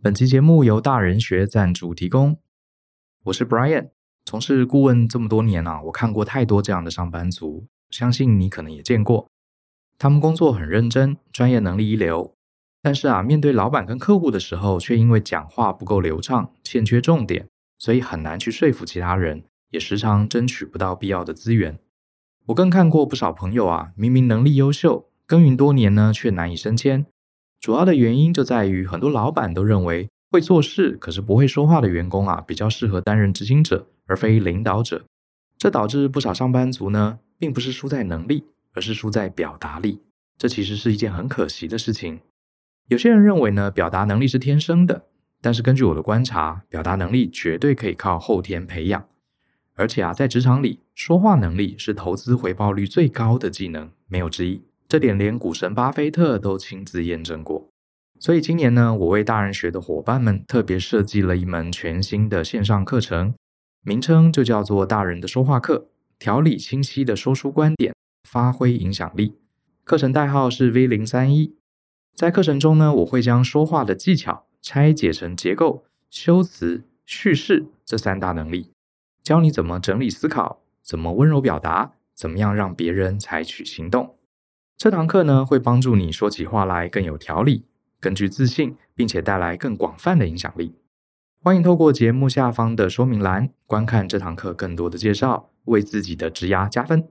本期节目由大人学赞助提供。我是 Brian， 从事顾问这么多年我看过太多这样的上班族，相信你可能也见过。他们工作很认真，专业能力一流，但是面对老板跟客户的时候，却因为讲话不够流畅，欠缺重点，所以很难去说服其他人，也时常争取不到必要的资源。我更看过不少朋友明明能力优秀，耕耘多年呢，却难以升迁。主要的原因就在于很多老板都认为会做事可是不会说话的员工比较适合担任执行者，而非领导者。这导致不少上班族呢，并不是输在能力，而是输在表达力。这其实是一件很可惜的事情。有些人认为呢，表达能力是天生的，但是根据我的观察，表达能力绝对可以靠后天培养。而且在职场里，说话能力是投资回报率最高的技能，没有之一。这点连股神巴菲特都亲自验证过。所以今年呢，我为大人学的伙伴们特别设计了一门全新的线上课程，名称就叫做大人的说话课，条理清晰的说出观点，发挥影响力。课程代号是 V031。在课程中呢，我会将说话的技巧拆解成结构、修辞、叙事这三大能力，教你怎么整理思考，怎么温柔表达，怎么样让别人采取行动。这堂课呢，会帮助你说起话来更有条理，更具自信，并且带来更广泛的影响力。欢迎透过节目下方的说明栏观看这堂课更多的介绍，为自己的职涯加分。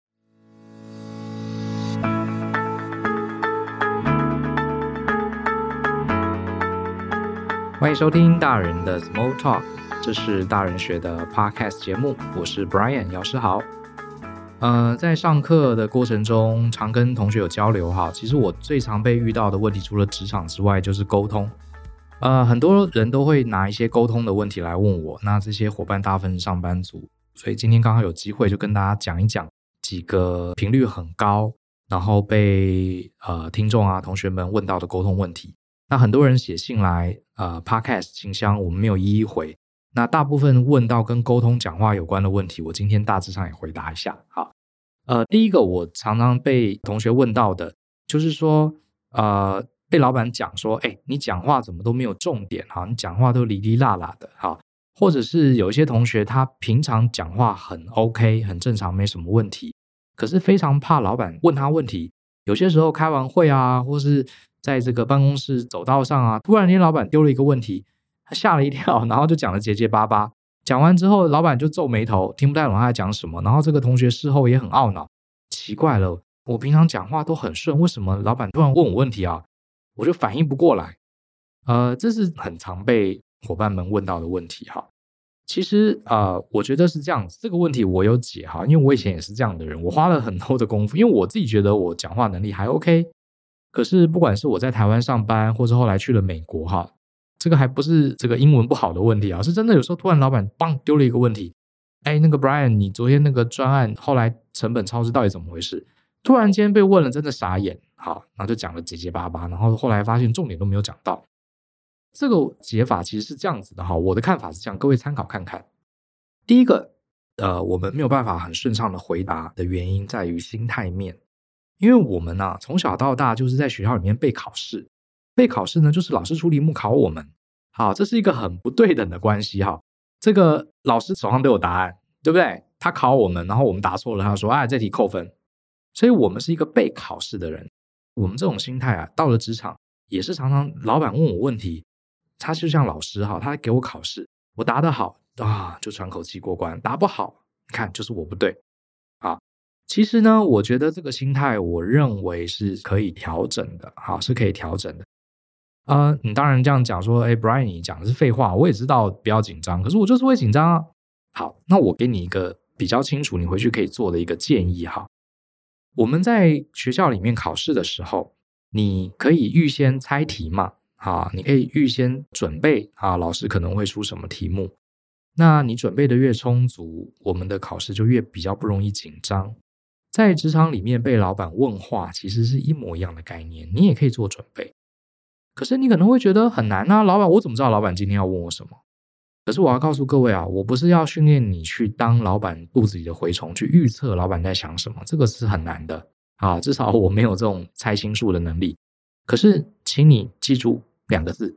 欢迎收听大人的 Small Talk， 这是大人学的 Podcast 节目，我是 Brian 姚诗豪。在上课的过程中，常跟同学有交流其实我最常被遇到的问题，除了职场之外，就是沟通。很多人都会拿一些沟通的问题来问我，那这些伙伴大部分是上班族，所以今天刚好有机会就跟大家讲一讲几个频率很高，然后被听众同学们问到的沟通问题。那很多人写信来Podcast 信箱，我们没有一一回。那大部分问到跟沟通讲话有关的问题，我今天大致上也回答一下。好，第一个我常常被同学问到的，就是说被老板讲说，你讲话怎么都没有重点，你讲话都哩哩啦啦的，或者是有一些同学他平常讲话很 OK 很正常，没什么问题，可是非常怕老板问他问题。有些时候开完会或是在这个办公室走道上突然间老板丢了一个问题，他吓了一跳，然后就讲得结结巴巴。讲完之后，老板就皱眉头，听不太懂他在讲什么。然后这个同学事后也很懊恼，奇怪了，我平常讲话都很顺，为什么老板突然问我问题我就反应不过来。这是很常被伙伴们问到的问题其实我觉得是这样子，这个问题我有解因为我以前也是这样的人，我花了很多的功夫，因为我自己觉得我讲话能力还 OK。可是不管是我在台湾上班，或是后来去了美国这个还不是这个英文不好的问题是真的有时候突然老板棒丢了一个问题，那个 Brian 你昨天那个专案后来成本超支到底怎么回事？突然间被问了，真的傻眼。好，然后就讲了结结巴巴，然后后来发现重点都没有讲到。这个解法其实是这样子的我的看法是这样，各位参考看看。第一个我们没有办法很顺畅的回答的原因在于心态面。因为我们从小到大就是在学校里面备考试，备考试呢就是老师出题目考我们。好，这是一个很不对等的关系这个老师手上都有答案，对不对？他考我们，然后我们答错了，他说这题扣分。所以我们是一个被考试的人。我们这种心态到了职场也是常常老板问我问题，他就像老师他给我考试，我答得好就喘口气过关，答不好看就是我不对。其实呢，我觉得这个心态我认为是可以调整的是可以调整的。你当然这样讲说Brian 你讲的是废话，我也知道不要紧张，可是我就是会紧张好，那我给你一个比较清楚你回去可以做的一个建议我们在学校里面考试的时候，你可以预先猜题嘛你可以预先准备老师可能会出什么题目。那你准备的越充足，我们的考试就越比较不容易紧张。在职场里面被老板问话其实是一模一样的概念，你也可以做准备。可是你可能会觉得很难老板我怎么知道老板今天要问我什么？可是我要告诉各位我不是要训练你去当老板肚子里的蛔虫，去预测老板在想什么，这个是很难的至少我没有这种猜心术的能力。可是请你记住两个字，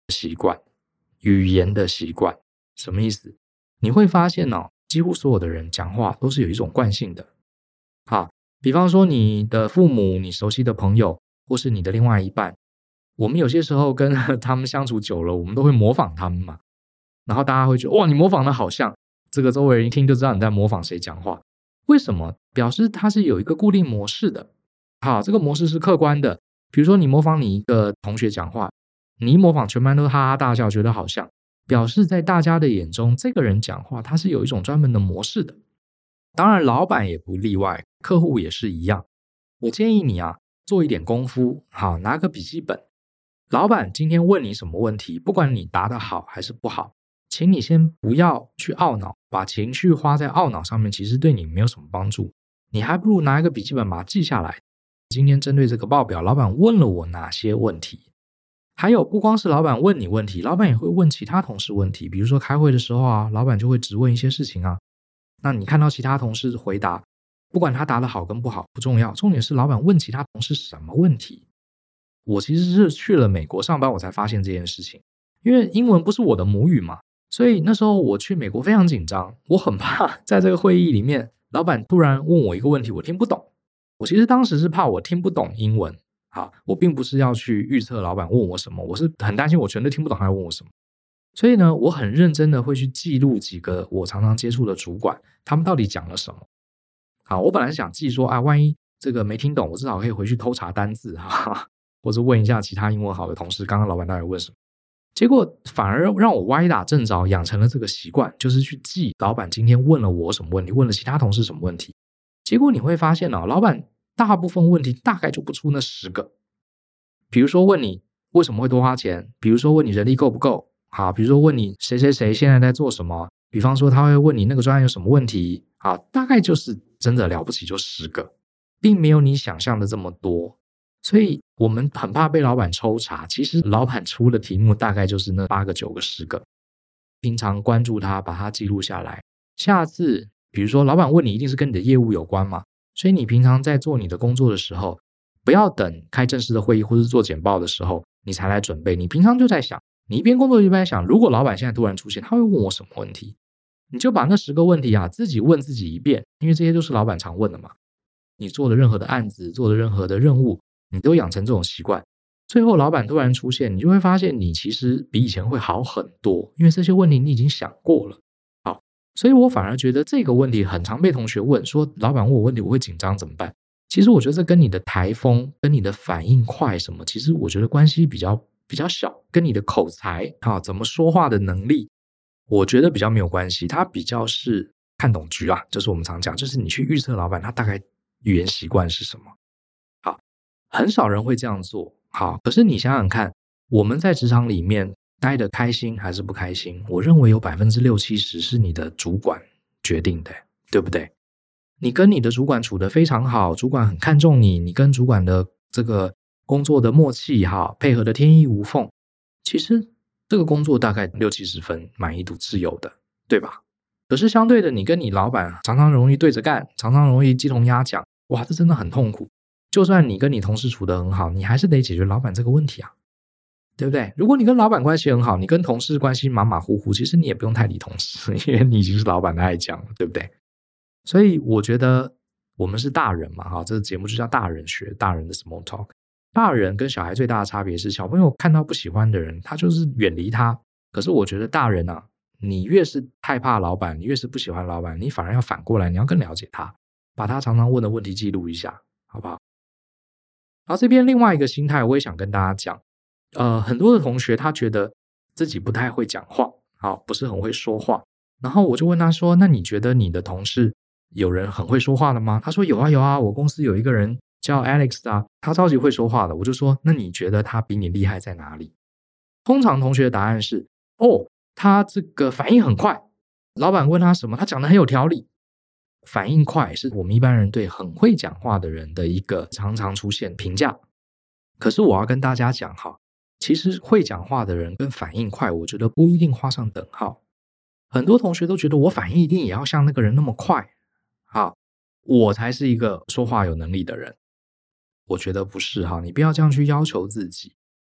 习惯，语言的习惯。什么意思？你会发现几乎所有的人讲话都是有一种惯性的。好，比方说你的父母、你熟悉的朋友，或是你的另外一半，我们有些时候跟他们相处久了，我们都会模仿他们嘛。然后大家会觉得哇，你模仿的好像，这个周围人一听就知道你在模仿谁讲话。为什么？表示它是有一个固定模式的。好，这个模式是客观的。比如说你模仿你一个同学讲话，你模仿全班都哈哈大笑，觉得好像，表示在大家的眼中，这个人讲话他是有一种专门的模式的。当然老板也不例外，客户也是一样。我建议你做一点功夫，好，拿个笔记本。老板今天问你什么问题，不管你答得好还是不好，请你先不要去懊恼，把情绪花在懊恼上面，其实对你没有什么帮助。你还不如拿一个笔记本把它记下来。今天针对这个报表，老板问了我哪些问题？还有不光是老板问你问题，老板也会问其他同事问题。比如说开会的时候老板就会质问一些事情那你看到其他同事回答，不管他答得好跟不好不重要，重点是老板问其他同事什么问题。我其实是去了美国上班我才发现这件事情，因为英文不是我的母语嘛，所以那时候我去美国非常紧张，我很怕在这个会议里面老板突然问我一个问题我听不懂。我其实当时是怕我听不懂英文，我并不是要去预测老板问我什么，我是很担心我全都听不懂他在问我什么。所以呢，我很认真的会去记录几个我常常接触的主管，他们到底讲了什么。好，我本来想记说万一这个没听懂，我至少可以回去偷查单字或者问一下其他英文好的同事，刚刚老板到底问什么。结果反而让我歪打正着，养成了这个习惯，就是去记老板今天问了我什么问题，问了其他同事什么问题。结果你会发现老板大部分问题大概就不出那10个。比如说问你为什么会多花钱，比如说问你人力够不够，比如说问你谁谁谁现在在做什么，比方说他会问你那个专案有什么问题，大概就是真的了不起就10个，并没有你想象的这么多。所以我们很怕被老板抽查，其实老板出的题目大概就是那8个、9个、10个。平常关注他，把它记录下来，下次比如说老板问你一定是跟你的业务有关嘛，所以你平常在做你的工作的时候，不要等开正式的会议或是做简报的时候你才来准备，你平常就在想，你一边工作一边在想，如果老板现在突然出现，他会问我什么问题，你就把那10个问题自己问自己一遍，因为这些都是老板常问的嘛。你做的任何的案子，做的任何的任务，你都养成这种习惯，最后老板突然出现，你就会发现你其实比以前会好很多，因为这些问题你已经想过了。好，所以我反而觉得这个问题很常被同学问，说老板问我问题我会紧张怎么办？其实我觉得这跟你的台风跟你的反应快什么，其实我觉得关系比较小，跟你的口才怎么说话的能力，我觉得比较没有关系。它比较是看懂局就是我们常讲，就是你去预测老板他大概语言习惯是什么。好，很少人会这样做。好，可是你想想看，我们在职场里面待得开心还是不开心，我认为有60-70%是你的主管决定的，对不对？你跟你的主管处得非常好，主管很看重你，你跟主管的这个工作的默契配合的天衣无缝，其实这个工作大概60-70分满意度是有的，对吧？可是相对的，你跟你老板常常容易对着干，常常容易鸡同鸭讲，哇，这真的很痛苦。就算你跟你同事处得很好，你还是得解决老板这个问题对不对？如果你跟老板关系很好，你跟同事关系马马虎虎，其实你也不用太理同事，因为你已经是老板的爱将了，对不对？所以我觉得我们是大人嘛，这个节目就叫大人学，大人的 small talk。 大人跟小孩最大的差别是，小朋友看到不喜欢的人他就是远离他，可是我觉得大人你越是害怕老板，你越是不喜欢老板，你反而要反过来，你要更了解他，把他常常问的问题记录一下，好不好？然后这边另外一个心态我也想跟大家讲，很多的同学他觉得自己不太会讲话，不是很会说话，然后我就问他说，那你觉得你的同事有人很会说话的吗？他说有啊，我公司有一个人叫 Alex 他超级会说话的。我就说那你觉得他比你厉害在哪里？通常同学的答案是他这个反应很快，老板问他什么他讲得很有条理。反应快是我们一般人对很会讲话的人的一个常常出现评价。可是我要跟大家讲其实会讲话的人跟反应快我觉得不一定画上等号。很多同学都觉得我反应一定也要像那个人那么快，我才是一个说话有能力的人。我觉得不是你不要这样去要求自己。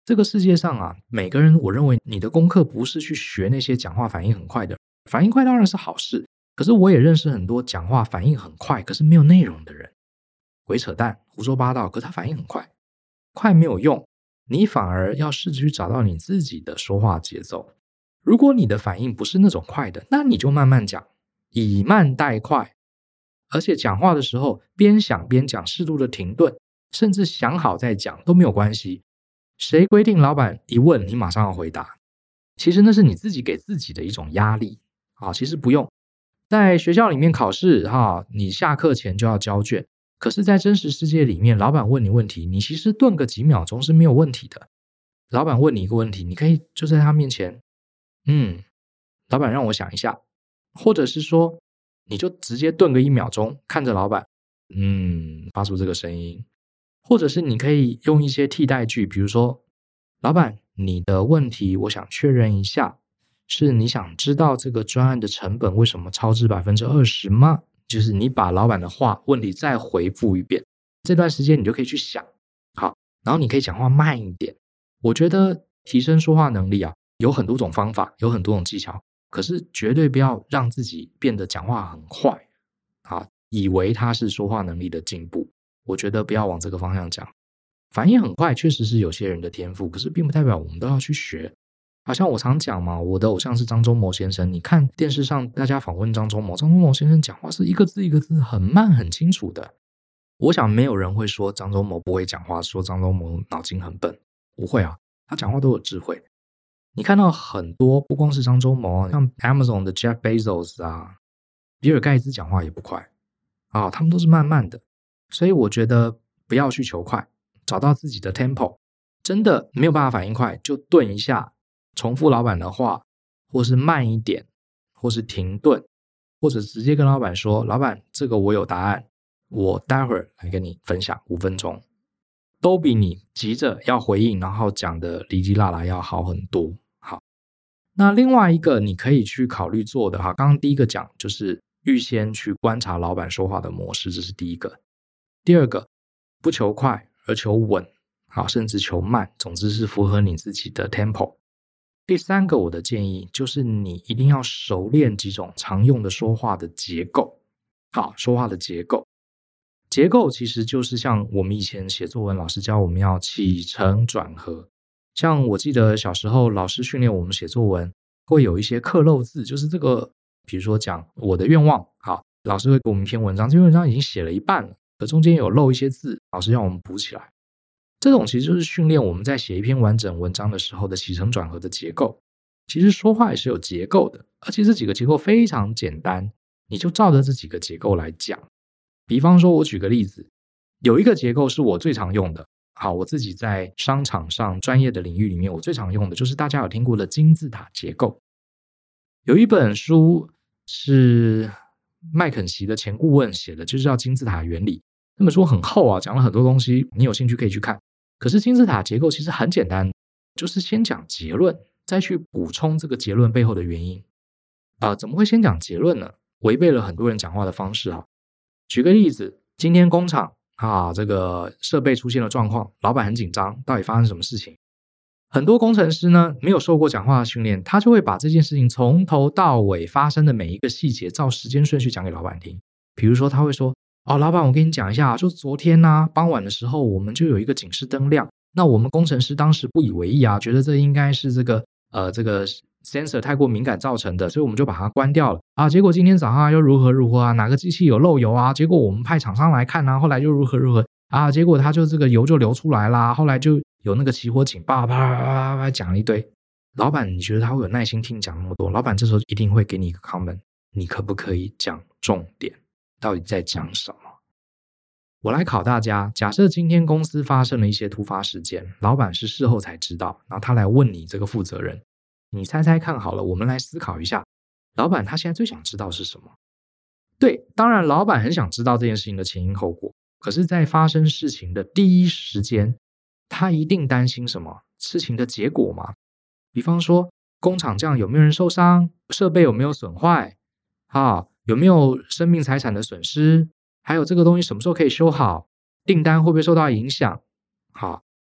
这个世界上啊，每个人我认为你的功课不是去学那些讲话反应很快的，反应快当然是好事，可是我也认识很多讲话反应很快，可是没有内容的人，鬼扯淡，胡说八道，可是他反应很快，快没有用，你反而要试着去找到你自己的说话节奏。如果你的反应不是那种快的，那你就慢慢讲，以慢带快，而且讲话的时候边想边讲，适度的停顿，甚至想好再讲都没有关系。谁规定老板一问你马上要回答？其实那是你自己给自己的一种压力啊，其实不用。在学校里面考试你下课前就要交卷，可是在真实世界里面，老板问你问题，你其实顿个几秒钟是没有问题的。老板问你一个问题，你可以就在他面前老板让我想一下，或者是说你就直接顿个1秒钟看着老板发出这个声音，或者是你可以用一些替代句，比如说老板你的问题我想确认一下，是你想知道这个专案的成本为什么超支20%吗？就是你把老板的问题再回复一遍，这段时间你就可以去想。好，然后你可以讲话慢一点。我觉得提升说话能力有很多种方法，有很多种技巧，可是绝对不要让自己变得讲话很快以为它是说话能力的进步。我觉得不要往这个方向讲。反应很快确实是有些人的天赋，可是并不代表我们都要去学。好像我常讲嘛，我的偶像是张忠谋先生，你看电视上大家访问张忠谋先生讲话是一个字一个字很慢很清楚的。我想没有人会说张忠谋不会讲话，说张忠谋脑筋很笨，不会他讲话都有智慧。你看到很多不光是张忠谋，像 Amazon 的 Jeff Bezos 比尔盖茨讲话也不快他们都是慢慢的。所以我觉得不要去求快，找到自己的 tempo， 真的没有办法反应快就顿一下，重复老板的话，或是慢一点，或是停顿，或者直接跟老板说，老板这个我有答案，我待会儿来跟你分享5分钟，都比你急着要回应然后讲的哩哩啦啦要好很多。好，那另外一个你可以去考虑做的刚刚第一个讲就是预先去观察老板说话的模式，这是第一个。第二个，不求快而求稳，甚至求慢，总之是符合你自己的 tempo。第三个我的建议就是你一定要熟练几种常用的说话的结构。说话的结构其实就是像我们以前写作文老师教我们要起承转合，像我记得小时候老师训练我们写作文会有一些克漏字，就是这个比如说讲我的愿望，老师会给我们一篇文章，这篇文章已经写了一半了，可中间有漏一些字，老师让我们补起来。这种其实就是训练我们在写一篇完整文章的时候的起承转合的结构。其实说话也是有结构的，而且这几个结构非常简单，你就照着这几个结构来讲。比方说我举个例子，有一个结构是我最常用的，我自己在商场上专业的领域里面我最常用的就是大家有听过的金字塔结构。有一本书是麦肯锡的前顾问写的，就是叫金字塔原理。那本书很厚讲了很多东西，你有兴趣可以去看。可是金字塔结构其实很简单，就是先讲结论，再去补充这个结论背后的原因。怎么会先讲结论呢？违背了很多人讲话的方式举个例子，今天工厂这个设备出现了状况，老板很紧张，到底发生什么事情？很多工程师呢没有受过讲话的训练，他就会把这件事情从头到尾发生的每一个细节照时间顺序讲给老板听。比如说他会说老板我跟你讲一下，就昨天傍晚的时候我们就有一个警示灯亮，那我们工程师当时不以为意觉得这应该是这个sensor 太过敏感造成的，所以我们就把它关掉了结果今天早上又如何哪个机器有漏油结果我们派厂商来看后来就如何结果它就这个油就流出来啦，后来就有那个起火警报，啪讲了一堆。老板你觉得他会有耐心听讲那么多？老板这时候一定会给你一个 comment， 你可不可以讲重点？到底在讲什么？我来考大家，假设今天公司发生了一些突发事件，老板是事后才知道，然后他来问你这个负责人，你猜猜看好了，我们来思考一下，老板他现在最想知道是什么？对，当然老板很想知道这件事情的前因后果，可是在发生事情的第一时间，他一定担心什么？事情的结果吗？比方说工厂这样有没有人受伤，设备有没有损坏有没有生命财产的损失，还有这个东西什么时候可以修好，订单会不会受到影响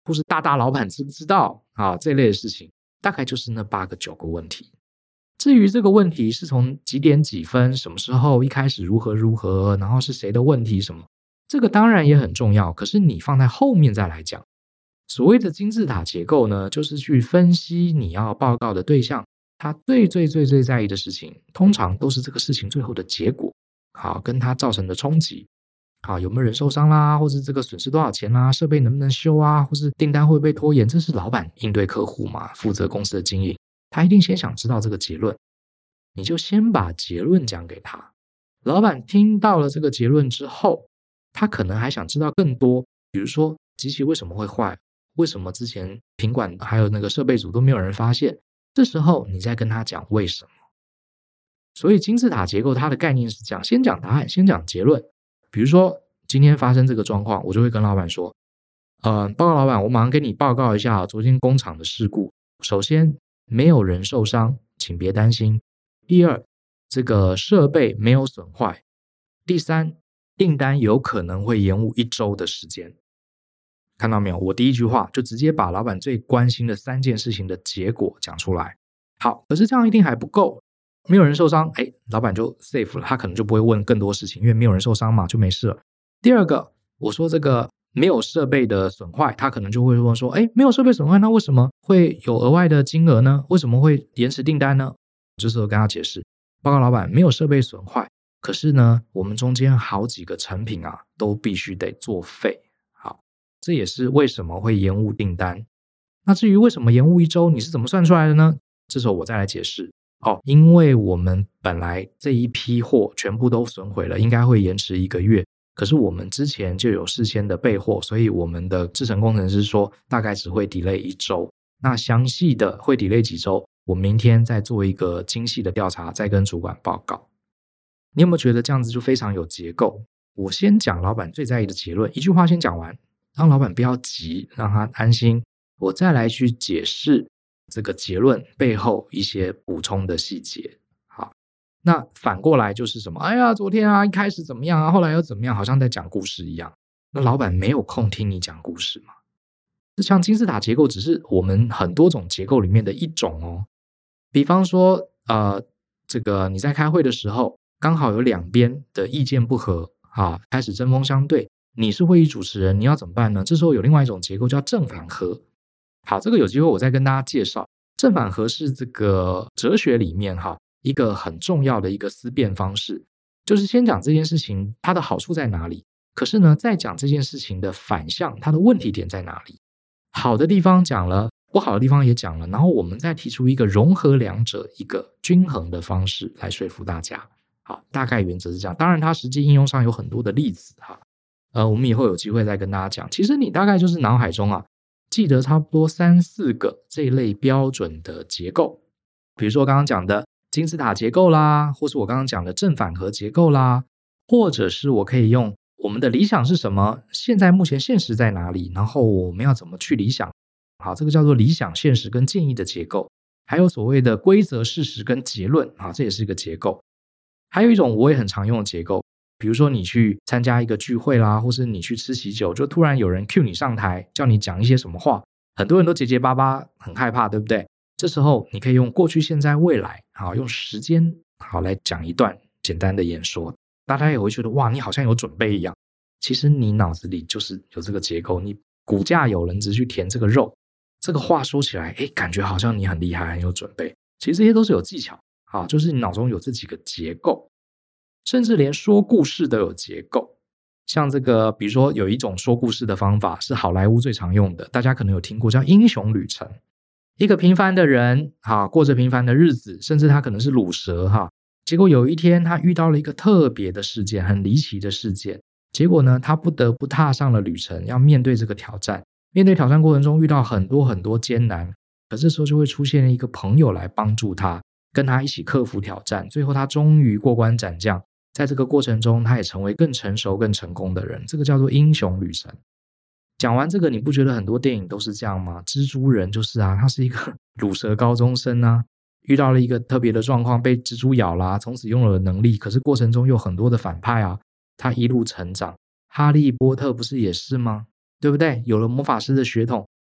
或是大老板知不知道啊，这类的事情，大概就是那8个9个问题。至于这个问题是从几点几分，什么时候，一开始如何，然后是谁的问题什么，这个当然也很重要，可是你放在后面再来讲。所谓的金字塔结构呢，就是去分析你要报告的对象，他最在意的事情，通常都是这个事情最后的结果，好，跟他造成的冲击，好，有没有人受伤啦，或是这个损失多少钱啦，设备能不能修啊，或是订单会不会拖延，这是老板应对客户嘛，负责公司的经营，他一定先想知道这个结论，你就先把结论讲给他。老板听到了这个结论之后，他可能还想知道更多，比如说机器为什么会坏，为什么之前品管还有那个设备组都没有人发现，这时候你再跟他讲为什么。所以金字塔结构它的概念是这样，先讲答案，先讲结论。比如说今天发生这个状况，我就会跟老板说报告老板，我马上跟你报告一下昨天工厂的事故。首先没有人受伤，请别担心。第二，这个设备没有损坏。第三，订单有可能会延误1周的时间。看到没有？我第一句话就直接把老板最关心的3件事情的结果讲出来。好，可是这样一定还不够，没有人受伤，老板就 safe 了，他可能就不会问更多事情，因为没有人受伤嘛，就没事了。第二个，我说这个没有设备的损坏，他可能就会问说，没有设备损坏，那为什么会有额外的金额呢？为什么会延迟订单呢？就是我跟他解释，报告老板，没有设备损坏，可是呢，我们中间好几个成品啊，都必须得作废。好，这也是为什么会延误订单。那至于为什么延误1周，你是怎么算出来的呢？这时候我再来解释。因为我们本来这一批货全部都损毁了，应该会延迟1个月。可是我们之前就有事先的备货，所以我们的制程工程师说大概只会 delay 1周。那详细的会 delay 几周，我明天再做一个精细的调查，再跟主管报告。你有没有觉得这样子就非常有结构？我先讲老板最在意的结论，一句话先讲完，让老板不要急，让他安心，我再来去解释这个结论背后一些补充的细节。好，那反过来就是什么？昨天啊一开始怎么样啊，后来又怎么样，好像在讲故事一样。那老板没有空听你讲故事嘛？这像金字塔结构只是我们很多种结构里面的一种哦。比方说这个你在开会的时候，刚好有2边的意见不合啊，开始针锋相对，你是会议主持人，你要怎么办呢？这时候有另外一种结构叫正反合。好，这个有机会我再跟大家介绍。正反合是这个哲学里面一个很重要的一个思辨方式，就是先讲这件事情它的好处在哪里，可是呢再讲这件事情的反向，它的问题点在哪里。好的地方讲了，不好的地方也讲了，然后我们再提出一个融合两者一个均衡的方式来说服大家。好，大概原则是这样，当然它实际应用上有很多的例子我们以后有机会再跟大家讲。其实你大概就是脑海中记得差不多3、4个这一类标准的结构，比如说刚刚讲的金字塔结构啦，或是我刚刚讲的正反合结构啦，或者是我可以用我们的理想是什么，现在目前现实在哪里，然后我们要怎么去理想。好，这个叫做理想、现实跟建议的结构。还有所谓的规则、事实跟结论，这也是一个结构。还有一种我也很常用的结构，比如说你去参加一个聚会啦，或是你去吃喜酒，就突然有人 cue 你上台，叫你讲一些什么话，很多人都结结巴巴，很害怕，对不对？这时候你可以用过去、现在、未来，用时间来讲一段简单的演说，大家也会觉得哇，你好像有准备一样。其实你脑子里就是有这个结构，你骨架有人只去填这个肉，这个话说起来感觉好像你很厉害，很有准备。其实这些都是有技巧，就是你脑中有这几个结构。甚至连说故事都有结构，像这个比如说有一种说故事的方法是好莱坞最常用的，大家可能有听过，叫英雄旅程。一个平凡的人过着平凡的日子，甚至他可能是鲁蛇结果有一天他遇到了一个特别的事件，很离奇的事件，结果呢他不得不踏上了旅程，要面对这个挑战。面对挑战过程中遇到很多很多艰难，可这时候就会出现一个朋友来帮助他，跟他一起克服挑战，最后他终于过关斩将。在这个过程中他也成为更成熟更成功的人，这个叫做英雄旅程。讲完这个，你不觉得很多电影都是这样吗？蜘蛛人就是他是一个鲁蛇高中生遇到了一个特别的状况，被蜘蛛咬啦，从此拥有了能力，可是过程中有很多的反派他一路成长。哈利波特不是也是吗？对不对？有了魔法师的血统，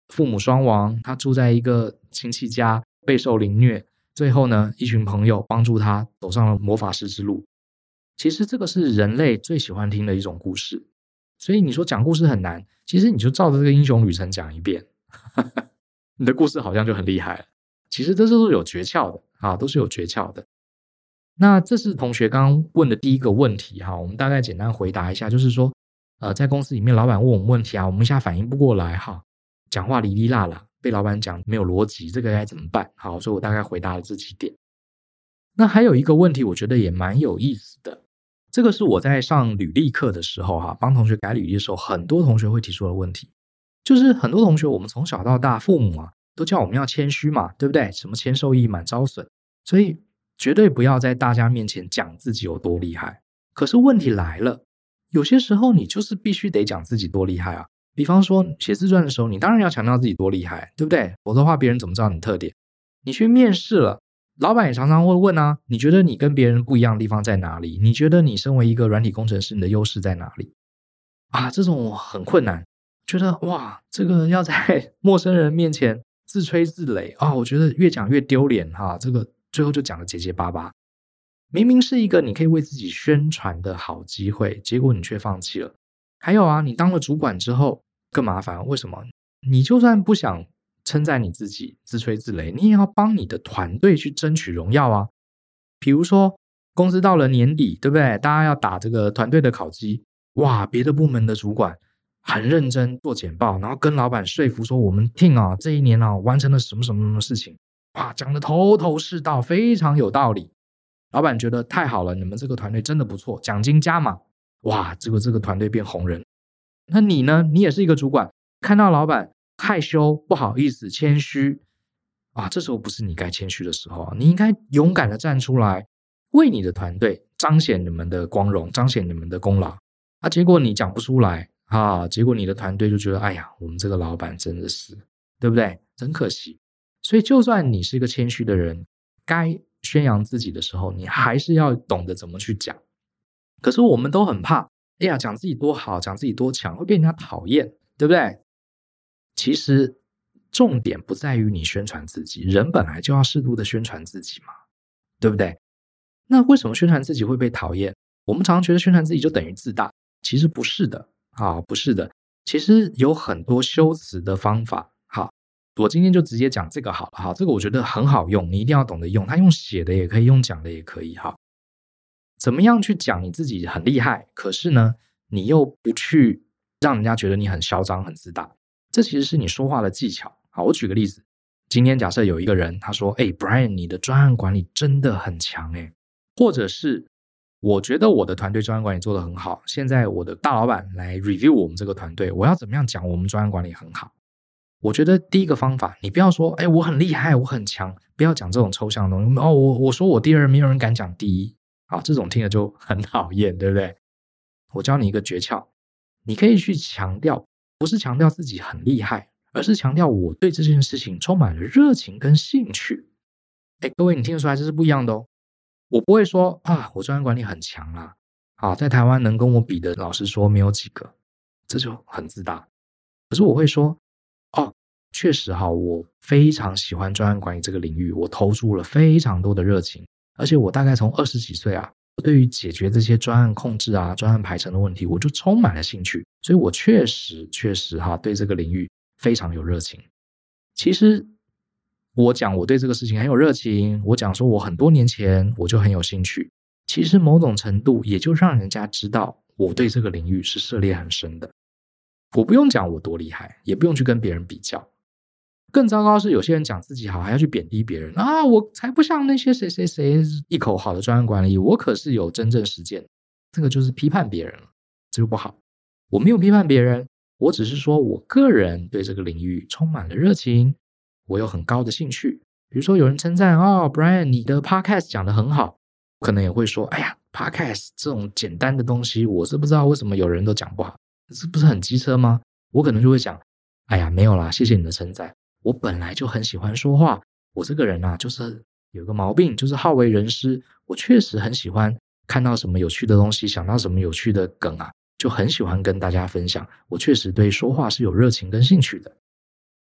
父母双亡，他住在一个亲戚家，备受凌虐，最后呢，一群朋友帮助他走上了魔法师之路。其实这个是人类最喜欢听的一种故事，所以你说讲故事很难，其实你就照着这个英雄旅程讲一遍，你的故事好像就很厉害了。其实这都是有诀窍的啊，都是有诀窍的。那这是同学刚刚问的第一个问题哈，我们大概简单回答一下，就是说，在公司里面老板问我们问题啊，我们一下反应不过来哈，讲话哩哩啦啦，被老板讲没有逻辑，这个该怎么办？好，所以我大概回答了这几点。那还有一个问题，我觉得也蛮有意思的，这个是我在上履历课的时候哈，帮同学改履历的时候，很多同学会提出的问题，就是很多同学我们从小到大，父母啊都叫我们要谦虚嘛，对不对？什么谦受益，满招损，所以绝对不要在大家面前讲自己有多厉害。可是问题来了，有些时候你就是必须得讲自己多厉害啊。比方说写自传的时候，你当然要强调自己多厉害，对不对？否则的话别人怎么知道你特点？你去面试了，老板也常常会问啊，你觉得你跟别人不一样的地方在哪里？你觉得你身为一个软体工程师，你的优势在哪里？啊，这种很困难，觉得哇，这个要在陌生人面前自吹自擂啊，我觉得越讲越丢脸哈，这个最后就讲得结结巴巴。明明是一个你可以为自己宣传的好机会，结果你却放弃了。还有啊，你当了主管之后更麻烦，为什么？你就算不想称赞你自己，自吹自擂，你也要帮你的团队去争取荣耀啊。比如说公司到了年底，对不对？大家要打这个团队的考绩，哇，别的部门的主管很认真做简报，然后跟老板说服说我们 team 啊这一年啊完成了什么什么什么事情，哇，讲得头头是道，非常有道理。老板觉得太好了，你们这个团队真的不错，奖金加码，哇，这个团队变红人。那你呢？你也是一个主管，看到老板害羞、不好意思、谦虚啊，这时候不是你该谦虚的时候啊，你应该勇敢的站出来，为你的团队彰显你们的光荣，彰显你们的功劳啊。结果你讲不出来啊，结果你的团队就觉得，哎呀，我们这个老板真的是，对不对？真可惜。所以就算你是一个谦虚的人，该宣扬自己的时候，你还是要懂得怎么去讲。可是我们都很怕，哎呀，讲自己多好，讲自己多强，会被人家讨厌，对不对？其实重点不在于你宣传自己，人本来就要适度的宣传自己嘛，对不对？那为什么宣传自己会被讨厌？我们常常觉得宣传自己就等于自大，其实不是的啊，不是的。其实有很多修辞的方法。好，我今天就直接讲这个好了哈，这个我觉得很好用，你一定要懂得用，它用写的也可以，用讲的也可以哈。怎么样去讲你自己很厉害，可是呢，你又不去让人家觉得你很嚣张、很自大，这其实是你说话的技巧。好，我举个例子，今天假设有一个人他说，Brian 你的专案管理真的很强或者是我觉得我的团队专案管理做得很好，现在我的大老板来 review 我们这个团队，我要怎么样讲我们专案管理很好？我觉得第一个方法，你不要说我很厉害，我很强，不要讲这种抽象的东西。我说我第二，没有人敢讲第一。好，这种听了就很讨厌，对不对？我教你一个诀窍，你可以去强调，不是强调自己很厉害，而是强调我对这件事情充满了热情跟兴趣。各位你听得出来这是不一样的哦。我不会说啊，我专案管理很强啦，好，在台湾能跟我比的，老实说没有几个，这就很自大。可是我会说，确实哈，我非常喜欢专案管理这个领域，我投注了非常多的热情，而且我大概从20几岁啊，对于解决这些专案控制啊、专案排程的问题，我就充满了兴趣，所以我确实哈，对这个领域非常有热情。其实我讲我对这个事情很有热情，我讲说我很多年前我就很有兴趣，其实某种程度也就让人家知道我对这个领域是涉猎很深的。我不用讲我多厉害，也不用去跟别人比较。更糟糕是有些人讲自己好，还要去贬低别人啊！我才不像那些谁谁谁一口好的专案管理，我可是有真正实践。这个就是批判别人了，这就不好。我没有批判别人，我只是说我个人对这个领域充满了热情，我有很高的兴趣。比如说有人称赞Brian 你的 podcast 讲得很好，可能也会说，哎呀 podcast 这种简单的东西，我是不知道为什么有人都讲不好，这不是很机车吗？我可能就会讲，哎呀没有啦，谢谢你的称赞。我本来就很喜欢说话，我这个人啊，就是有个毛病，就是好为人师。我确实很喜欢看到什么有趣的东西，想到什么有趣的梗啊，就很喜欢跟大家分享。我确实对说话是有热情跟兴趣的。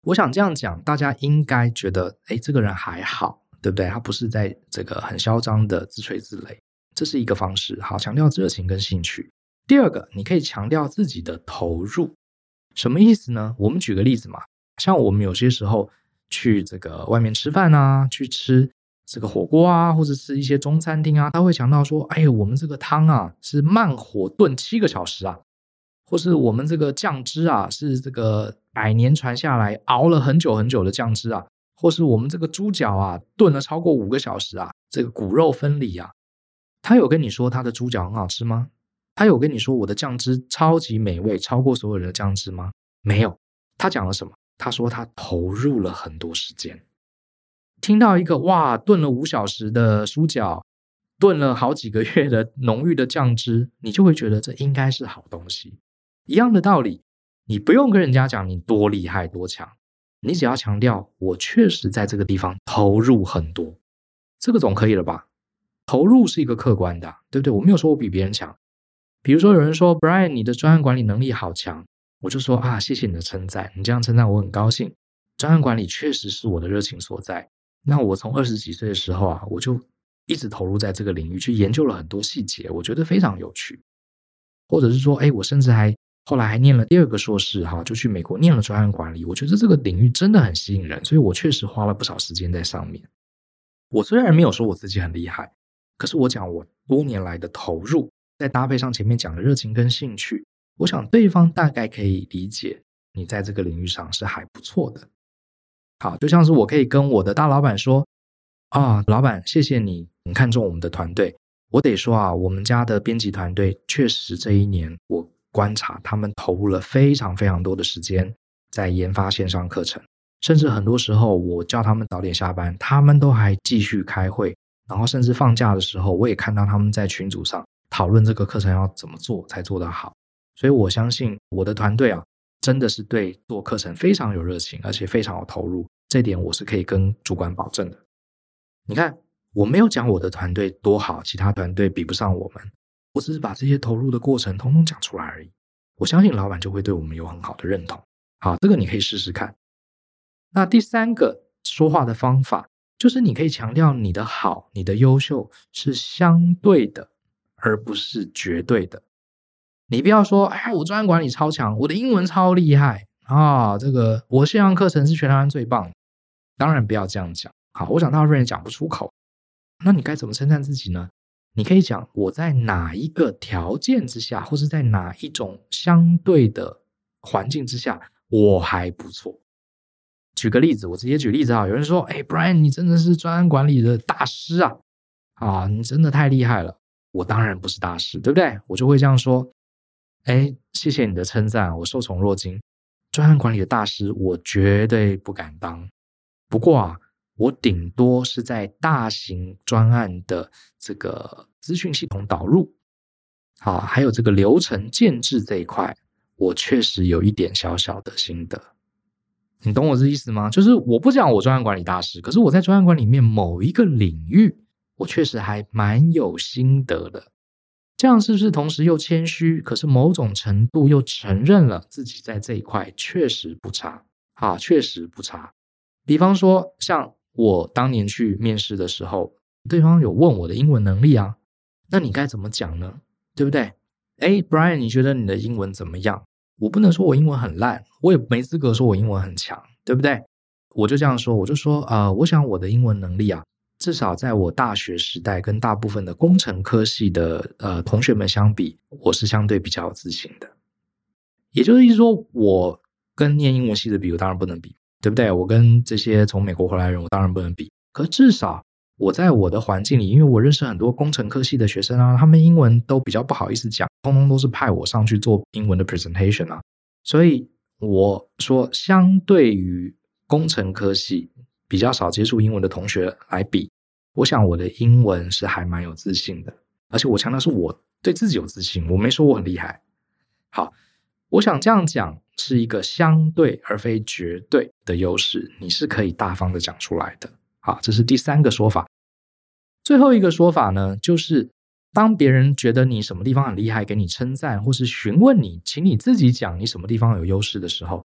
我想这样讲，大家应该觉得，这个人还好，对不对？他不是在这个很嚣张的自吹自擂，这是一个方式。好，强调热情跟兴趣。第二个，你可以强调自己的投入。什么意思呢？我们举个例子嘛，像我们有些时候去这个外面吃饭啊，去吃这个火锅啊，或者吃一些中餐厅啊，他会强调说，我们这个汤啊是慢火炖7个小时啊，或是我们这个酱汁啊是这个100年传下来熬了很久很久的酱汁啊，或是我们这个猪脚啊炖了超过5个小时啊，这个骨肉分离啊。他有跟你说他的猪脚很好吃吗？他有跟你说我的酱汁超级美味，超过所有人的酱汁吗？没有。他讲了什么？他说他投入了很多时间。听到一个哇炖了5小时的猪脚，炖了好几个月的浓郁的酱汁，你就会觉得这应该是好东西。一样的道理，你不用跟人家讲你多厉害多强，你只要强调我确实在这个地方投入很多，这个总可以了吧？投入是一个客观的，对不对？我没有说我比别人强。比如说有人说 Brian 你的专案管理能力好强，我就说谢谢你的称赞，你这样称赞我很高兴。专案管理确实是我的热情所在。那我从20几岁的时候我就一直投入在这个领域，去研究了很多细节，我觉得非常有趣。或者是说我甚至后来还念了第2个硕士就去美国念了专案管理，我觉得这个领域真的很吸引人，所以我确实花了不少时间在上面。我虽然没有说我自己很厉害，可是我讲我多年来的投入，再搭配上前面讲的热情跟兴趣，我想对方大概可以理解你在这个领域上是还不错的。好，就像是我可以跟我的大老板说老板谢谢你很看重我们的团队。我得说我们家的编辑团队确实这一年我观察他们投入了非常非常多的时间在研发线上课程，甚至很多时候我叫他们早点下班，他们都还继续开会，然后甚至放假的时候我也看到他们在群组上讨论这个课程要怎么做才做得好。所以我相信我的团队真的是对做课程非常有热情，而且非常有投入，这点我是可以跟主管保证的。你看我没有讲我的团队多好，其他团队比不上我们，我只是把这些投入的过程统统讲出来而已。我相信老板就会对我们有很好的认同。好，这个你可以试试看。那第3个说话的方法，就是你可以强调你的好，你的优秀是相对的，而不是绝对的。你不要说我专案管理超强，我的英文超厉害这个我线上课程是全台湾最棒的。当然不要这样讲。好，我想大部分人讲不出口。那你该怎么称赞自己呢？你可以讲我在哪一个条件之下，或是在哪一种相对的环境之下我还不错。举个例子，我直接举例子有人说Brian 你真的是专案管理的大师你真的太厉害了。我当然不是大师，对不对？我就会这样说谢谢你的称赞，我受宠若惊。专案管理的大师我绝对不敢当，不过我顶多是在大型专案的这个资讯系统导入还有这个流程建制这一块，我确实有一点小小的心得。你懂我这意思吗？就是我不讲我专案管理大师，可是我在专案管理里面某一个领域我确实还蛮有心得的。这样是不是同时又谦虚，可是某种程度又承认了自己在这一块确实不差确实不差。比方说像我当年去面试的时候，对方有问我的英文能力那你该怎么讲呢？对不对？Brian 你觉得你的英文怎么样？我不能说我英文很烂，我也没资格说我英文很强，对不对？我就这样说，我就说我想我的英文能力至少在我大学时代跟大部分的工程科系的同学们相比，我是相对比较有自信的。也就是说我跟念英文系的比，我当然不能比，对不对？我跟这些从美国回来的人我当然不能比，可至少我在我的环境里，因为我认识很多工程科系的学生他们英文都比较不好意思讲，通通都是派我上去做英文的 presentation 所以我说相对于工程科系比较少接触英文的同学来比，我想我的英文是还蛮有自信的，而且我强调是我对自己有自信，我没说我很厉害。好，我想这样讲是一个相对而非绝对的优势，你是可以大方的讲出来的。好，这是第3个说法。最后一个说法呢，就是当别人觉得你什么地方很厉害，给你称赞，或是询问你，请你自己讲你什么地方有优势的时候，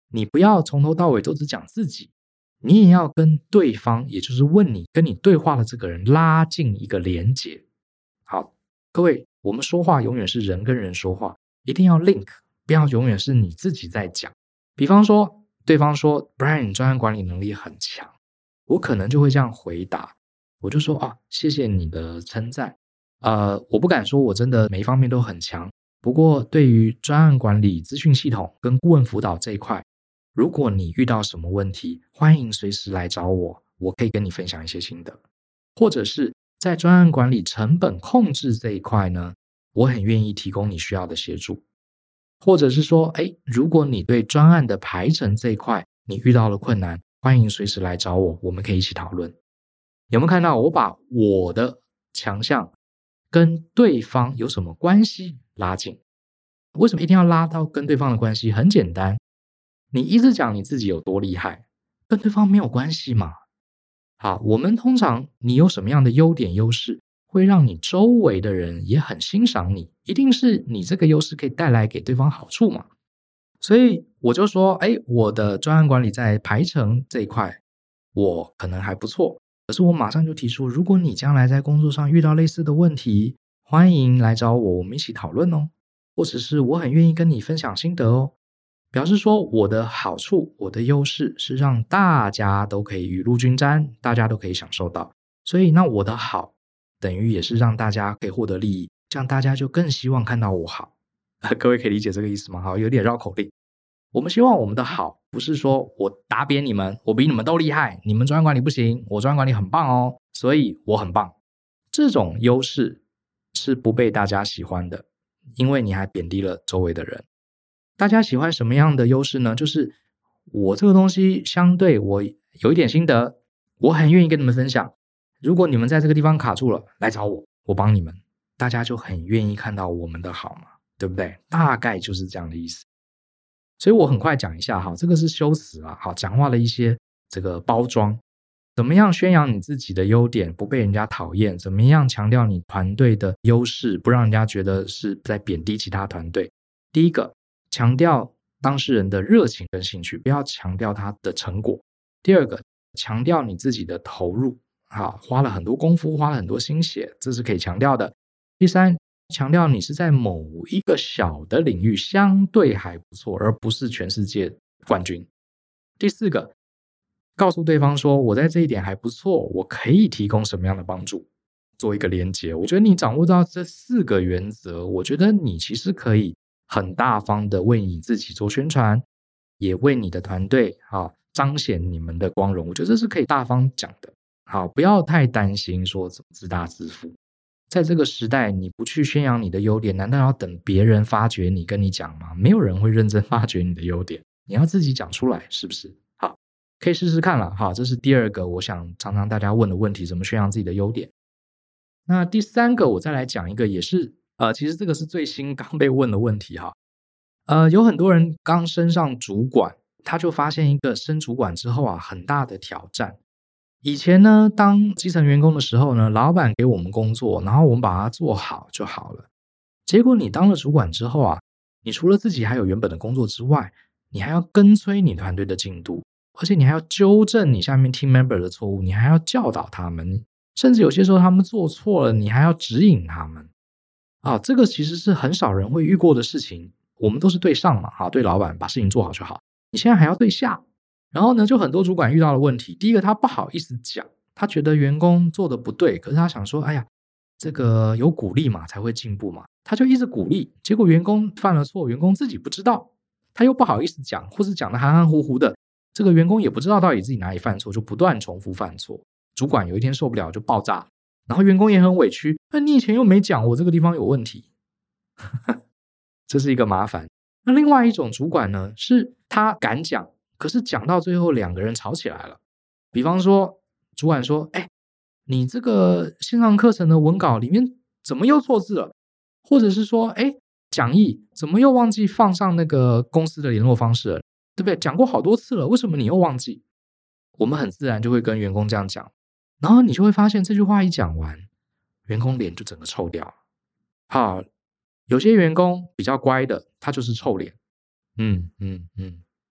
你不要从头到尾都只讲自己，你也要跟对方，也就是跟你对话的这个人拉近一个连结。好，各位，我们说话永远是人跟人说话，一定要 link， 不要永远是你自己在讲。比方说对方说 Brian 你专案管理能力很强，我可能就会这样回答，我就说谢谢你的称赞，我不敢说我真的每一方面都很强，不过对于专案管理、资讯系统跟顾问辅导这一块，如果你遇到什么问题，欢迎随时来找我，我可以跟你分享一些心得。或者是在专案管理成本控制这一块呢，我很愿意提供你需要的协助。或者是说，如果你对专案的排程这一块你遇到了困难，欢迎随时来找我，我们可以一起讨论。有没有看到我把我的强项跟对方有什么关系拉近？为什么一定要拉到跟对方的关系？很简单，你一直讲你自己有多厉害，跟对方没有关系嘛。好，我们通常你有什么样的优点优势，会让你周围的人也很欣赏你，一定是你这个优势可以带来给对方好处嘛。所以我就说，我的专案管理在排程这一块，我可能还不错。可是我马上就提出，如果你将来在工作上遇到类似的问题，欢迎来找我，我们一起讨论哦。或者是我很愿意跟你分享心得哦。表示说我的好处，我的优势是让大家都可以雨露均沾，大家都可以享受到。所以那我的好，等于也是让大家可以获得利益，这样大家就更希望看到我好。各位可以理解这个意思吗？好，有点绕口令。我们希望我们的好，不是说我打扁你们，我比你们都厉害，你们专案管理不行，我专案管理很棒哦，所以我很棒。这种优势是不被大家喜欢的，因为你还贬低了周围的人。大家喜欢什么样的优势呢？就是我这个东西相对我有一点心得，我很愿意跟你们分享。如果你们在这个地方卡住了，来找我，我帮你们。大家就很愿意看到我们的好嘛，对不对？大概就是这样的意思。所以我很快讲一下哈，这个是修辞啊，好，讲话的一些这个包装，怎么样宣扬你自己的优点，不被人家讨厌？怎么样强调你团队的优势，不让人家觉得是在贬低其他团队？第一个，强调当事人的热情跟兴趣，不要强调他的成果。第二个，强调你自己的投入，花了很多功夫，花了很多心血，这是可以强调的。第三，强调你是在某一个小的领域相对还不错，而不是全世界冠军。第四个，告诉对方说我在这一点还不错，我可以提供什么样的帮助，做一个连结。我觉得你掌握到这4个原则，我觉得你其实可以很大方的为你自己做宣传，也为你的团队彰显你们的光荣。我觉得这是可以大方讲的。好，不要太担心说怎么自大自负。在这个时代，你不去宣扬你的优点，难道要等别人发掘你跟你讲吗？没有人会认真发掘你的优点，你要自己讲出来，是不是？好，可以试试看了。好，这是第二个我想常常大家问的问题，怎么宣扬自己的优点。那第三个我再来讲一个，也是其实这个是最新刚被问的问题哈。有很多人刚升上主管，他就发现一个升主管之后很大的挑战。以前呢，当基层员工的时候呢，老板给我们工作，然后我们把它做好就好了。结果你当了主管之后你除了自己还有原本的工作之外，你还要跟催你团队的进度，而且你还要纠正你下面 team member 的错误，你还要教导他们，甚至有些时候他们做错了，你还要指引他们。这个其实是很少人会遇过的事情。我们都是对上嘛，对老板把事情做好就好，你现在还要对下。然后呢，就很多主管遇到的问题，第一个他不好意思讲，他觉得员工做的不对，可是他想说哎呀，这个有鼓励嘛才会进步嘛，他就一直鼓励，结果员工犯了错，员工自己不知道，他又不好意思讲，或是讲的含含糊糊的，这个员工也不知道到底自己哪里犯错，就不断重复犯错。主管有一天受不了就爆炸，然后员工也很委屈，你以前又没讲我这个地方有问题这是一个麻烦。那另外一种主管呢，是他敢讲，可是讲到最后2个人吵起来了。比方说主管说你这个线上课程的文稿里面怎么又错字了，或者是说讲义怎么又忘记放上那个公司的联络方式了，对不对？讲过好多次了，为什么你又忘记？我们很自然就会跟员工这样讲，然后你就会发现这句话一讲完，员工脸就整个臭掉了。好，有些员工比较乖的，他就是臭脸。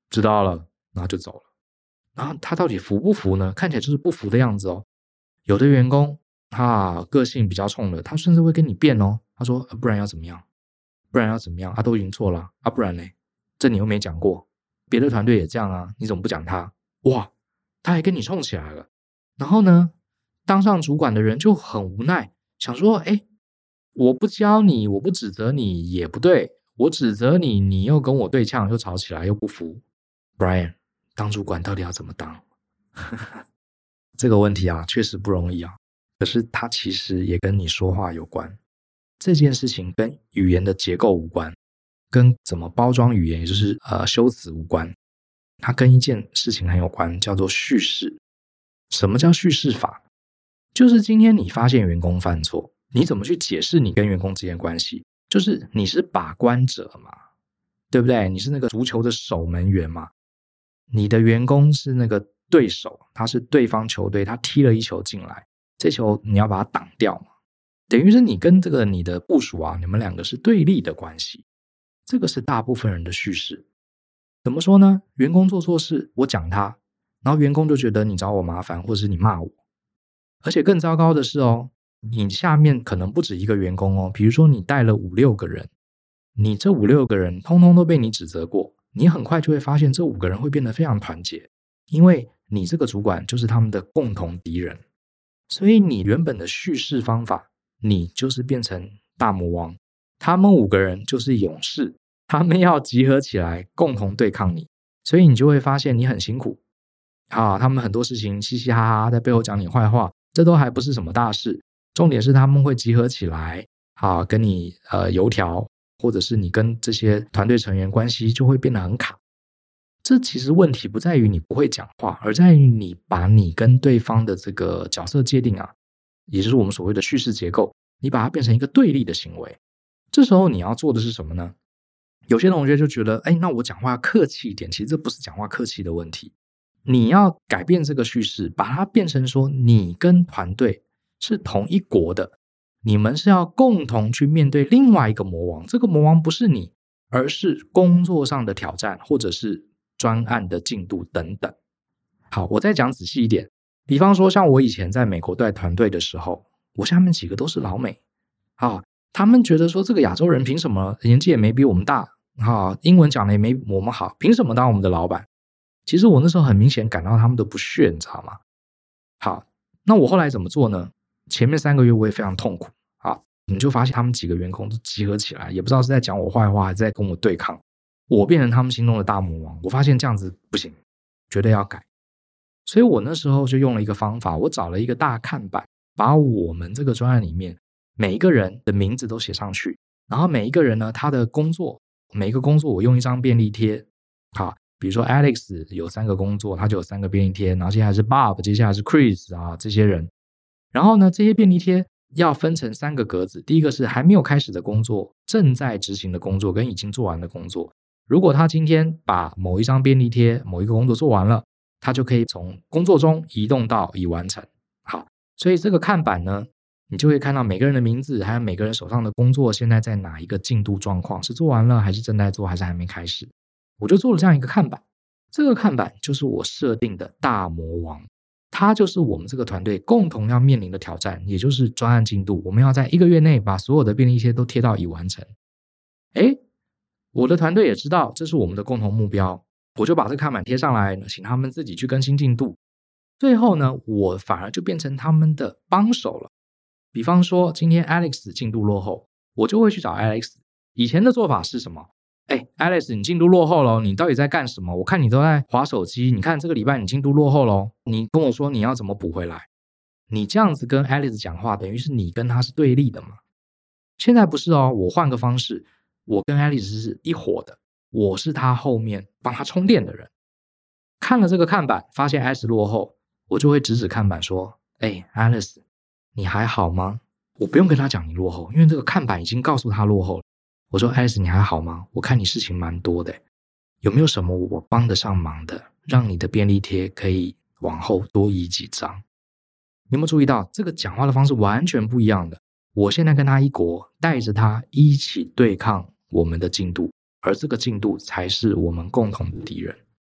知道了，然后就走了。然后他到底服不服呢？看起来就是不服的样子哦。有的员工他个性比较冲的，他甚至会跟你辩哦。他说，不然要怎么样？不然要怎么样？都已经错了不然呢？这你又没讲过，别的团队也这样啊，你怎么不讲他？哇，他还跟你冲起来了。然后呢，当上主管的人就很无奈，想说，我不教你，我不指责你也不对，我指责你，你又跟我对呛，又吵起来，又不服。Brian， 当主管到底要怎么当？这个问题啊，确实不容易啊。可是它其实也跟你说话有关。这件事情跟语言的结构无关，跟怎么包装语言，也就是修辞无关。它跟一件事情很有关，叫做叙事。什么叫叙事法？就是今天你发现员工犯错，你怎么去解释你跟员工之间的关系？就是你是把关者嘛，对不对？你是那个足球的守门员嘛，你的员工是那个对手，他是对方球队，他踢了一球进来，这球你要把它挡掉嘛，等于是你跟这个你的部属啊，你们两个是对立的关系。这个是大部分人的叙事。怎么说呢？员工做错事，我讲他，然后员工就觉得你找我麻烦，或者是你骂我。而且更糟糕的是哦，你下面可能不止一个员工哦，比如说你带了5、6个人，你这5、6个人通通都被你指责过，你很快就会发现这5个人会变得非常团结，因为你这个主管就是他们的共同敌人。所以你原本的叙事方法，你就是变成大魔王，他们5个人就是勇士，他们要集合起来共同对抗你，所以你就会发现你很辛苦他们很多事情嘻嘻哈哈在背后讲你坏话，这都还不是什么大事，重点是他们会集合起来跟你油条，或者是你跟这些团队成员关系就会变得很卡。这其实问题不在于你不会讲话，而在于你把你跟对方的这个角色界定也就是我们所谓的叙事结构，你把它变成一个对立的行为。这时候你要做的是什么呢？有些同学就觉得那我讲话客气一点，其实这不是讲话客气的问题，你要改变这个叙事，把它变成说你跟团队是同一国的，你们是要共同去面对另外一个魔王，这个魔王不是你，而是工作上的挑战，或者是专案的进度等等。好，我再讲仔细一点，比方说像我以前在美国带团队的时候，我下面几个都是老美他们觉得说这个亚洲人凭什么年纪也没比我们大英文讲的也没我们好，凭什么当我们的老板？其实我那时候很明显感到他们的不屑，你知道吗？好，那我后来怎么做呢？前面3个月我也非常痛苦你就发现他们几个员工都集合起来，也不知道是在讲我坏话还是在跟我对抗，我变成他们心中的大魔王。我发现这样子不行，绝对要改。所以我那时候就用了一个方法，我找了一个大看板，把我们这个专案里面每一个人的名字都写上去，然后每一个人呢，他的工作，每一个工作我用一张便利贴比如说 Alex 有3个工作，他就有3个便利贴，然后接下来是 Bob， 接下来是 Chris 这些人。然后呢，这些便利贴要分成3个格子，第一个是还没有开始的工作，正在执行的工作跟已经做完的工作。如果他今天把某一张便利贴某一个工作做完了，他就可以从工作中移动到已完成。好，所以这个看板呢，你就会看到每个人的名字，还有每个人手上的工作现在在哪一个进度状况，是做完了还是正在做还是还没开始。我就做了这样一个看板，这个看板就是我设定的大魔王，它就是我们这个团队共同要面临的挑战，也就是专案进度，我们要在1个月内把所有的便利贴都贴到已完成。我的团队也知道这是我们的共同目标，我就把这个看板贴上来，请他们自己去更新进度。最后呢，我反而就变成他们的帮手了。比方说今天 Alex 进度落后，我就会去找 Alex。 以前的做法是什么？Alex 你进度落后了，你到底在干什么？我看你都在滑手机，你看这个礼拜你进度落后了，你跟我说你要怎么补回来。你这样子跟 Alex 讲话，等于是你跟他是对立的嘛。现在不是我换个方式，我跟 Alex 是一伙的，我是他后面帮他充电的人。看了这个看板，发现 Alex 落后，我就会指看板说Alex 你还好吗？我不用跟他讲你落后，因为这个看板已经告诉他落后了。我说 Alex 你还好吗？我看你事情蛮多的，有没有什么我帮得上忙的，让你的便利贴可以往后多移几张？你有没有注意到这个讲话的方式完全不一样的？我现在跟他一国，带着他一起对抗我们的进度，而这个进度才是我们共同的敌人。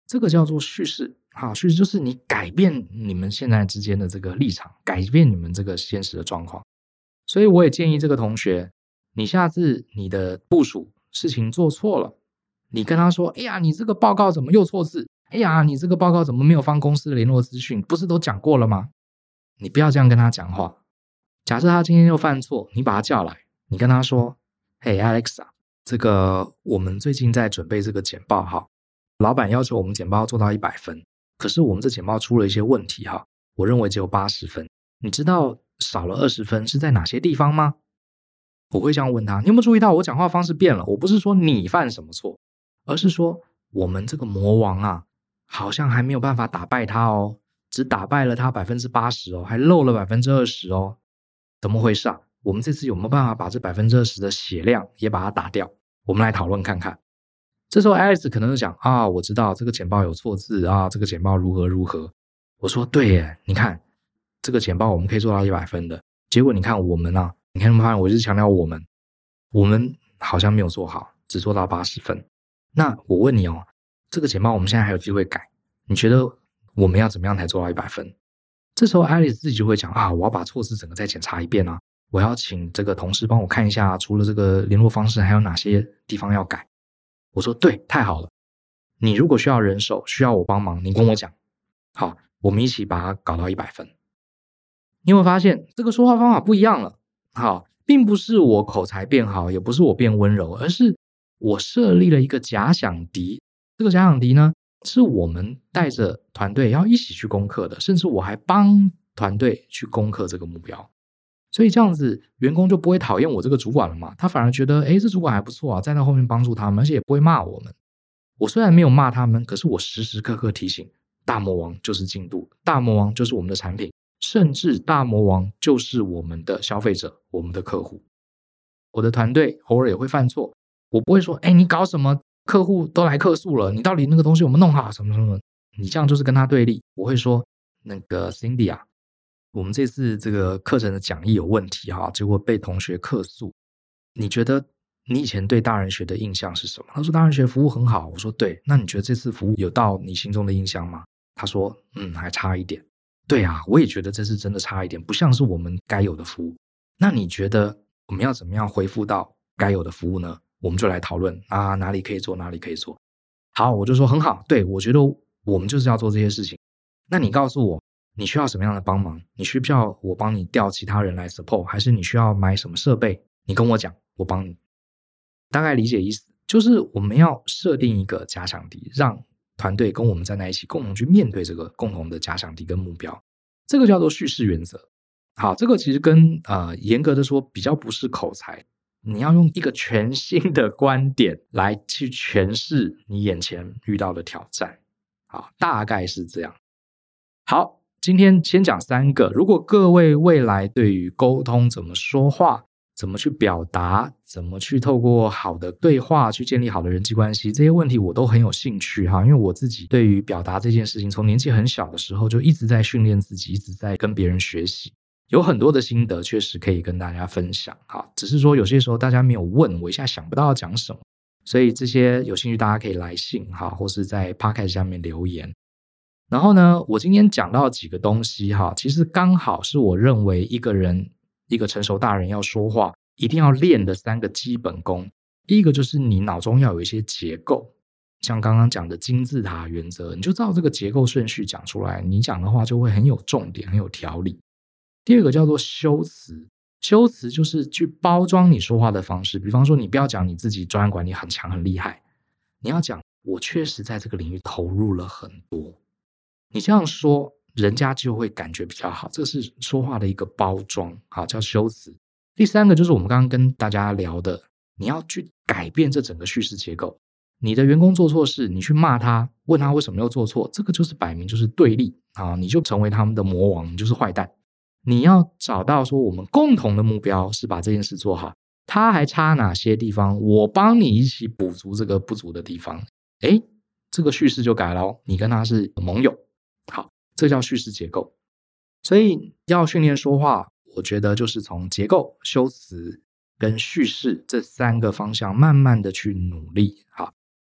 这个叫做叙事。好，叙事就是你改变你们现在之间的这个立场，改变你们这个现实的状况。所以我也建议这个同学，你下次你的部属事情做错了，你跟他说，哎呀，你这个报告怎么又错字？哎呀，你这个报告怎么没有放公司的联络资讯？不是都讲过了吗？你不要这样跟他讲话。假设他今天又犯错，你把他叫来，你跟他说，嘿 Alex 啊，这个我们最近在准备这个简报哈，老板要求我们简报做到100分，可是我们这简报出了一些问题哈，我认为只有80分，你知道少了20分是在哪些地方吗？我会这样问他，你有没有注意到我讲话方式变了？我不是说你犯什么错，而是说我们这个魔王啊，好像还没有办法打败他哦，只打败了他 80% 哦，还漏了 20% 哦，怎么回事啊？我们这次有没有办法把这 20% 的血量也把它打掉？我们来讨论看看。这时候 Alex 可能就讲啊，我知道这个简报有错字啊，这个简报如何如何。我说对耶，你看这个简报我们可以做到100分的，结果你看我们啊，你看有没有发现我一直强调我们好像没有做好，只做到80分。那我问你哦，这个简报我们现在还有机会改，你觉得我们要怎么样才做到100分？这时候 Alex 自己就会讲啊，我要把错字整个再检查一遍啊，我要请这个同事帮我看一下，除了这个联络方式还有哪些地方要改。我说对，太好了，你如果需要人手，需要我帮忙，你跟我讲，好，我们一起把它搞到100分。你有没有发现这个说话方法不一样了？好，并不是我口才变好，也不是我变温柔，而是我设立了一个假想敌。这个假想敌呢，是我们带着团队要一起去攻克的，甚至我还帮团队去攻克这个目标。所以这样子员工就不会讨厌我这个主管了嘛，他反而觉得这主管还不错啊，站在后面帮助他们，而且也不会骂我们。我虽然没有骂他们，可是我时时刻刻提醒，大魔王就是进度，大魔王就是我们的产品，甚至大魔王就是我们的消费者，我们的客户。我的团队偶尔也会犯错，我不会说你搞什么，客户都来客诉了，你到底那个东西有没有弄好什么什么，你这样就是跟他对立。我会说那个 Cindy 啊，我们这次这个课程的讲义有问题哈，结果被同学客诉，你觉得你以前对大人学的印象是什么？他说大人学服务很好。我说对，那你觉得这次服务有到你心中的印象吗？他说还差一点。对啊，我也觉得这次真的差一点，不像是我们该有的服务。那你觉得我们要怎么样恢复到该有的服务呢？我们就来讨论啊，哪里可以做，哪里可以做。好，我就说很好，对，我觉得我们就是要做这些事情。那你告诉我你需要什么样的帮忙？你需不需要我帮你调其他人来 support， 还是你需要买什么设备？你跟我讲，我帮你。大概理解意思，就是我们要设定一个假想敌，让团队跟我们站在一起，共同去面对这个共同的假想敌跟目标。这个叫做叙事原则。好，这个其实跟严格的说比较不是口才，你要用一个全新的观点来去诠释你眼前遇到的挑战。好，大概是这样。好，今天先讲3个。如果各位未来对于沟通怎么说话，怎么去表达，怎么去透过好的对话去建立好的人际关系，这些问题我都很有兴趣哈。因为我自己对于表达这件事情，从年纪很小的时候就一直在训练自己，一直在跟别人学习，有很多的心得确实可以跟大家分享哈。只是说有些时候大家没有问，我一下想不到要讲什么，所以这些有兴趣大家可以来信哈，或是在 Podcast 下面留言。然后呢，我今天讲到几个东西哈，其实刚好是我认为一个成熟大人要说话一定要练的3个基本功。第一个就是你脑中要有一些结构，像刚刚讲的金字塔原则，你就照这个结构顺序讲出来，你讲的话就会很有重点，很有条理。第二个叫做修辞，修辞就是去包装你说话的方式。比方说你不要讲你自己专案管理很强很厉害，你要讲我确实在这个领域投入了很多，你这样说人家就会感觉比较好，这是说话的一个包装，好，叫修辞。第3个就是我们刚刚跟大家聊的，你要去改变这整个叙事结构。你的员工做错事，你去骂他，问他为什么又做错，这个就是摆明就是对立啊，你就成为他们的魔王，你就是坏蛋。你要找到说我们共同的目标是把这件事做好，他还差哪些地方，我帮你一起补足这个不足的地方。这个叙事就改了，你跟他是盟友。好，这叫叙事结构。所以要训练说话，我觉得就是从结构、修辞跟叙事这3个方向慢慢的去努力。好，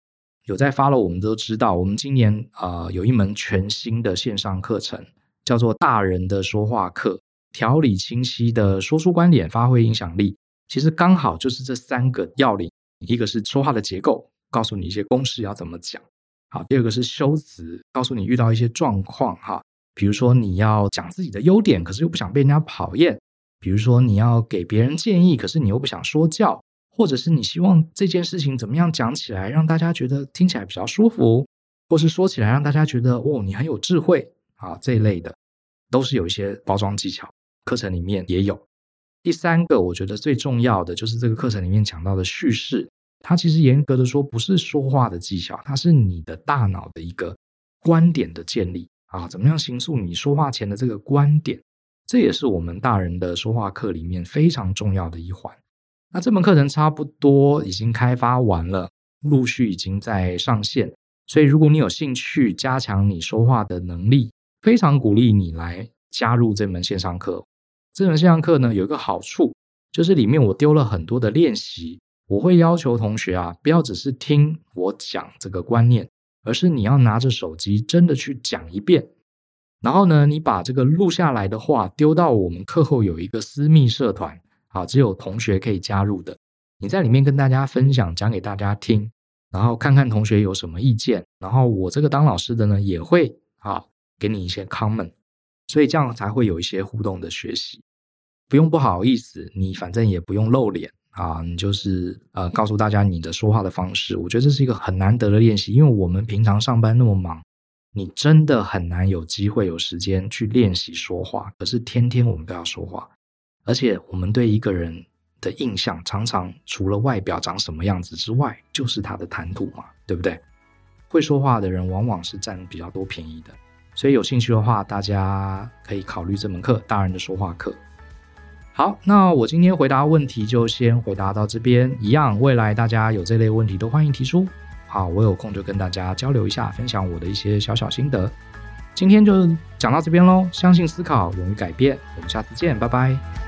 有在 follow 我们都知道，我们今年有一门全新的线上课程，叫做大人的说话课，条理清晰的说出观点，发挥影响力。其实刚好就是这3个要领，一个是说话的结构，告诉你一些公式要怎么讲。好，第二个是修辞，告诉你遇到一些状况哈，比如说你要讲自己的优点，可是又不想被人家讨厌；比如说你要给别人建议，可是你又不想说教。或者是你希望这件事情怎么样讲起来让大家觉得听起来比较舒服，或是说起来让大家觉得你很有智慧啊，这一类的都是有一些包装技巧，课程里面也有。第3个我觉得最重要的就是这个课程里面讲到的叙事，它其实严格的说不是说话的技巧，它是你的大脑的一个观点的建立啊，怎么样形塑你说话前的这个观点，这也是我们大人的说话课里面非常重要的一环。那这门课程差不多已经开发完了，陆续已经在上线，所以如果你有兴趣加强你说话的能力，非常鼓励你来加入这门线上课。这门线上课呢有一个好处，就是里面我丢了很多的练习，我会要求同学不要只是听我讲这个观念，而是你要拿着手机真的去讲一遍。然后呢，你把这个录下来的话丢到我们课后有一个私密社团，只有同学可以加入的，你在里面跟大家分享，讲给大家听，然后看看同学有什么意见，然后我这个当老师的呢也会给你一些 comment， 所以这样才会有一些互动的学习。不用不好意思，你反正也不用露脸你就是告诉大家你的说话的方式。我觉得这是一个很难得的练习，因为我们平常上班那么忙，你真的很难有机会有时间去练习说话，可是天天我们都要说话。而且我们对一个人的印象常常除了外表长什么样子之外，就是他的谈吐嘛，对不对？会说话的人往往是占比较多便宜的，所以有兴趣的话，大家可以考虑这门课，大人的说话课。好，那我今天回答问题就先回答到这边，一样未来大家有这类问题都欢迎提出。好，我有空就跟大家交流一下，分享我的一些小小心得。今天就讲到这边咯，相信思考，勇于改变，我们下次见，拜拜。